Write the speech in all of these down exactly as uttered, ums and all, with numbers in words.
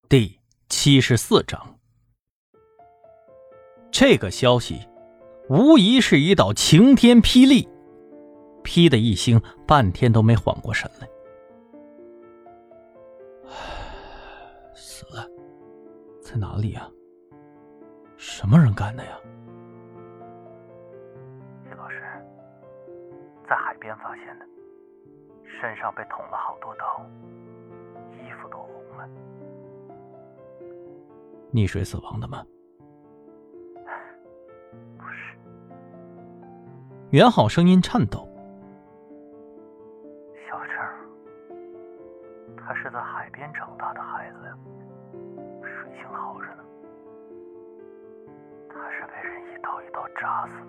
第七十四章。这个消息无疑是一道晴天霹雳，劈得一星半天都没缓过神来。死了，在哪里啊？什么人干的呀？ 叶老师，在海边发现的，身上被捅了好多刀，衣服都红了。 溺水死亡的吗？ 不是。 袁浩声音颤抖。 小郑，他是在海边长大的孩子呀，水性好着呢。他是被人一刀一刀扎死的。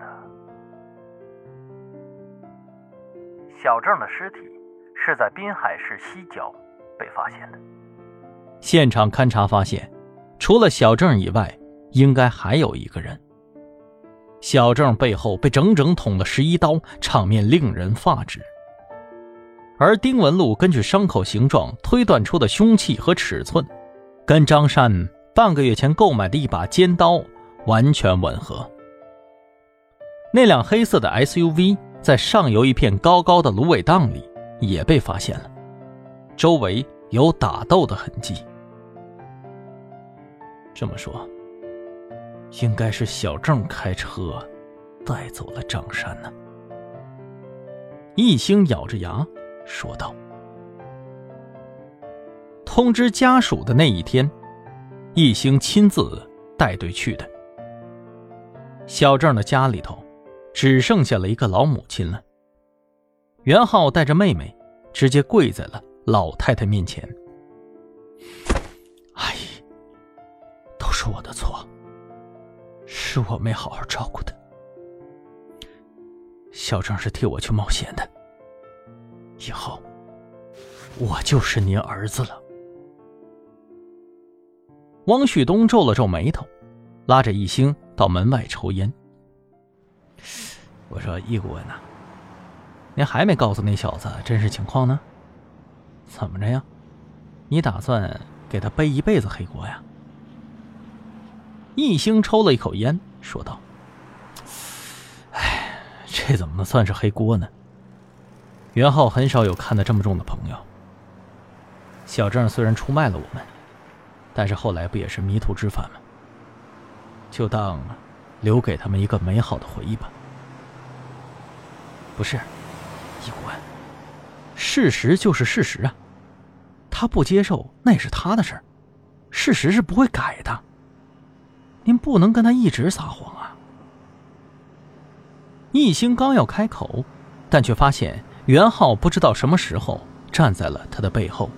小郑的尸体是在滨海市西郊被发现的。 现场勘查发现，除了小郑以外，应该还有一个人。小郑背后被整整捅了十一刀，场面令人发指。而丁文璐根据伤口形状推断出的凶器和尺寸，跟张善半个月前购买的一把尖刀完全吻合。那辆黑色的 S U V 在上游一片高高的芦苇荡里也被发现了，周围有打斗的痕迹。这么说，应该是小郑开车带走了张山呢。一星咬着牙说道。通知家属的那一天，一星亲自带队去的。小郑的家里头只剩下了一个老母亲了。袁浩带着妹妹直接跪在了老太太面前。阿姨，都是我的错，是我没好好照顾他。小郑是替我去冒险的，以后我就是您儿子了。汪旭东皱了皱眉头，拉着一星到门外抽烟。我说易顾问啊，您还没告诉那小子真实情况呢？怎么着呀？你打算给他背一辈子黑锅呀？一星抽了一口烟说道。哎，这怎么能算是黑锅呢？袁浩很少有看得这么重的朋友。小郑虽然出卖了我们，但是后来不也是迷途知返吗？就当留给他们一个美好的回忆吧。不是，易顾问，事实就是事实啊，他不接受那也是他的事儿，事实是不会改的，您不能跟他一直撒谎啊。一星刚要开口，但却发现袁浩不知道什么时候站在了他的背后。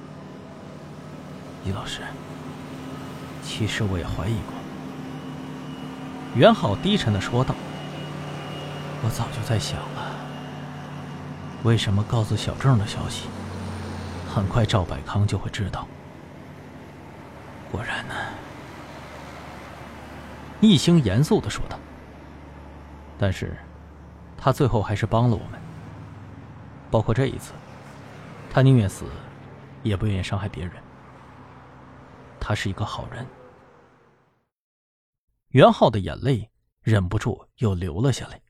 易老师，其实我也怀疑过。袁浩低沉地说道。我早就在想了，为什么告诉小郑的消息，很快赵百康就会知道。果然呢，一星严肃地说道。但是他最后还是帮了我们，包括这一次，他宁愿死也不愿意伤害别人。他是一个好人。袁浩的眼泪忍不住又流了下来。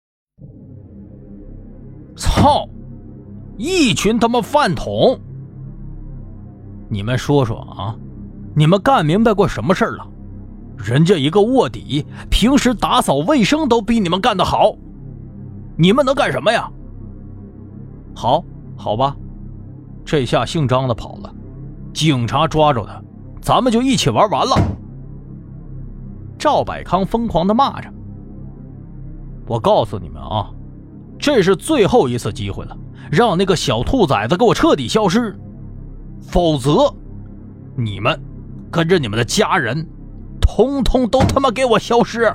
操！一群他妈饭桶！你们说说啊，你们干明白过什么事儿了？人家一个卧底，平时打扫卫生都比你们干得好，你们能干什么呀？好，好吧，这下姓张的跑了，警察抓住他，咱们就一起玩完了。赵百康疯狂地骂着。我告诉你们啊，这是最后一次机会了，让那个小兔崽子给我彻底消失，否则你们跟着你们的家人通通都他妈给我消失。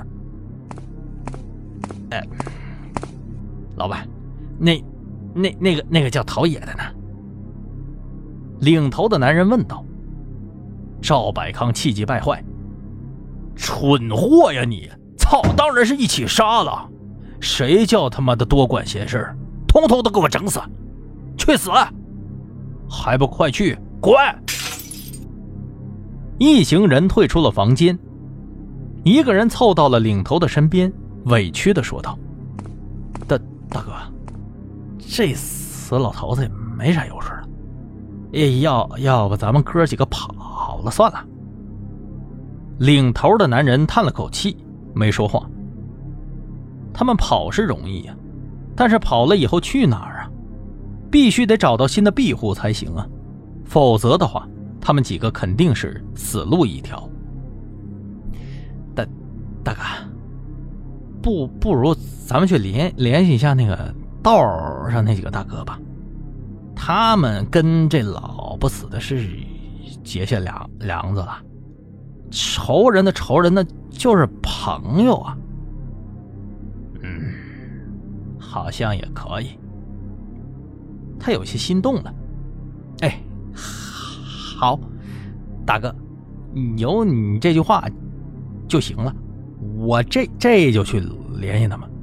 哎，老板，那那那个那个叫陶冶的呢？领头的男人问道。赵百康气急败坏，蠢货呀你，操，当然是一起杀了，谁叫他妈的多管闲事，通通都给我整死，去死！还不快去滚！ 一行人退出了房间，一个人凑到了领头的身边，委屈地说道：大大哥，这死老头子也没啥优势了，要要不咱们哥几个跑了算了。领头的男人叹了口气，没说话。他们跑是容易啊，但是跑了以后去哪儿啊？必须得找到新的庇护才行啊，否则的话他们几个肯定是死路一条。大大哥，不不如咱们去联联系一下那个道上那几个大哥吧，他们跟这老不死的是结下梁梁子了，仇人的仇人那就是朋友啊。嗯，好像也可以。他有些心动了。哎，好，大哥，有你这句话就行了，我这这就去联系他们。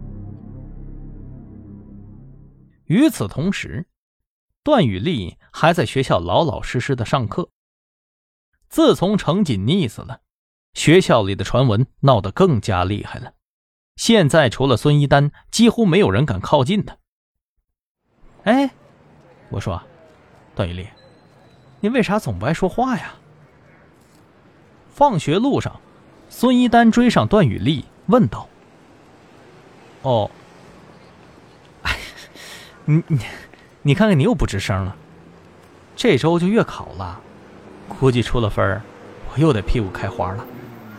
与此同时，段雨丽还在学校老老实实的上课。自从程锦溺死了，学校里的传闻闹得更加厉害了。现在除了孙一丹，几乎没有人敢靠近他。哎，我说，段雨丽，你为啥总不爱说话呀？放学路上，孙一丹追上段雨丽，问道：哦，哎，你你你看看你又不吱声了。这周就月考了，估计出了分我又得屁股开花了。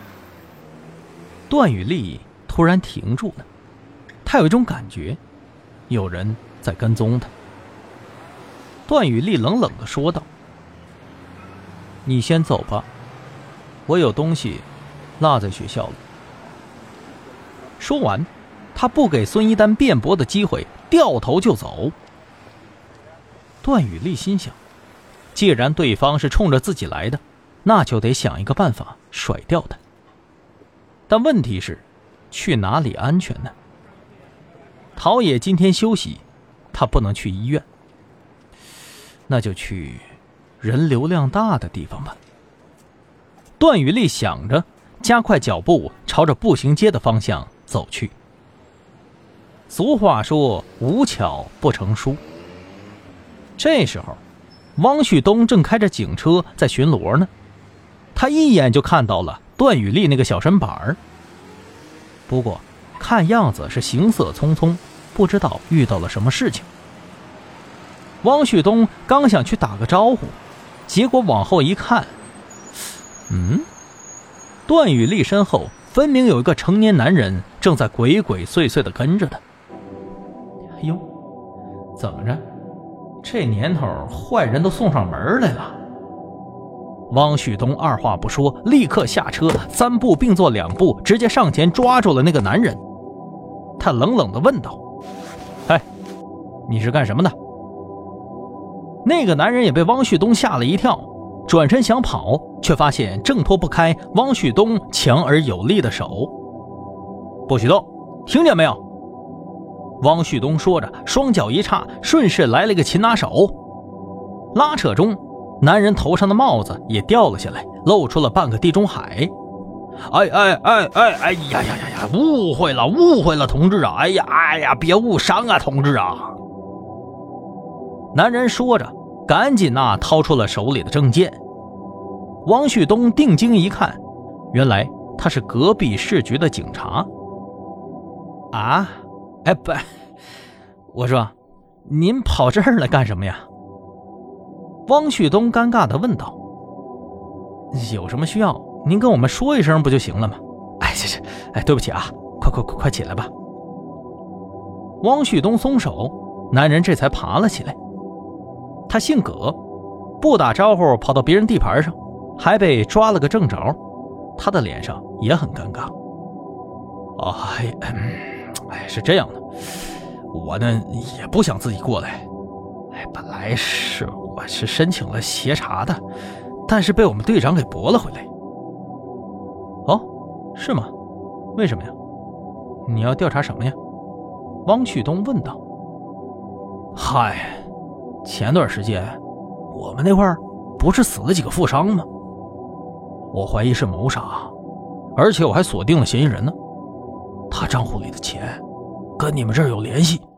段雨丽突然停住了，她有一种感觉，有人在跟踪她。段雨丽冷冷地说道：你先走吧，我有东西落在学校了。说完，他不给孙一丹辩驳的机会，掉头就走。段雨丽心想，既然对方是冲着自己来的，那就得想一个办法甩掉他。但问题是，去哪里安全呢？陶冶今天休息，他不能去医院，那就去人流量大的地方吧。段雨丽想着，加快脚步朝着步行街的方向走去。俗话说，无巧不成书。这时候，汪旭东正开着警车在巡逻呢，他一眼就看到了段雨丽那个小身板儿。不过看样子是行色匆匆，不知道遇到了什么事情。汪旭东刚想去打个招呼，结果往后一看，嗯，段雨丽身后分明有一个成年男人正在鬼鬼祟祟地跟着他。哎呦，怎么着，这年头坏人都送上门来了。汪旭东二话不说，立刻下车，三步并作两步，直接上前抓住了那个男人。他冷冷地问道：哎，你是干什么的？那个男人也被汪旭东吓了一跳，转身想跑，却发现挣脱不开汪旭东强而有力的手。不许动，听见没有？汪旭东说着，双脚一叉，顺势来了个擒拿手。拉扯中，男人头上的帽子也掉了下来，露出了半个地中海。哎哎哎哎哎呀呀呀呀！误会了，误会了，同志啊！哎呀哎呀，别误伤啊，同志啊！男人说着，赶紧呐、啊、掏出了手里的证件。汪旭东定睛一看，原来他是隔壁市局的警察。啊，哎不，我说，您跑这儿来干什么呀？汪旭东尴尬地问道。有什么需要，您跟我们说一声不就行了吗？哎，这这，哎，对不起啊，快快快快起来吧。汪旭东松手，男人这才爬了起来。他姓葛，不打招呼跑到别人地盘上，还被抓了个正着，他的脸上也很尴尬。哦，哎，哎，是这样的，我呢也不想自己过来，哎，本来是我是申请了协查的，但是被我们队长给驳了回来。哦，是吗？为什么呀？你要调查什么呀？汪旭东问道。嗨，前段时间我们那块儿不是死了几个富商吗？ 我怀疑是谋杀，而且我还锁定了嫌疑人呢。他账户里的钱跟你们这儿有联系。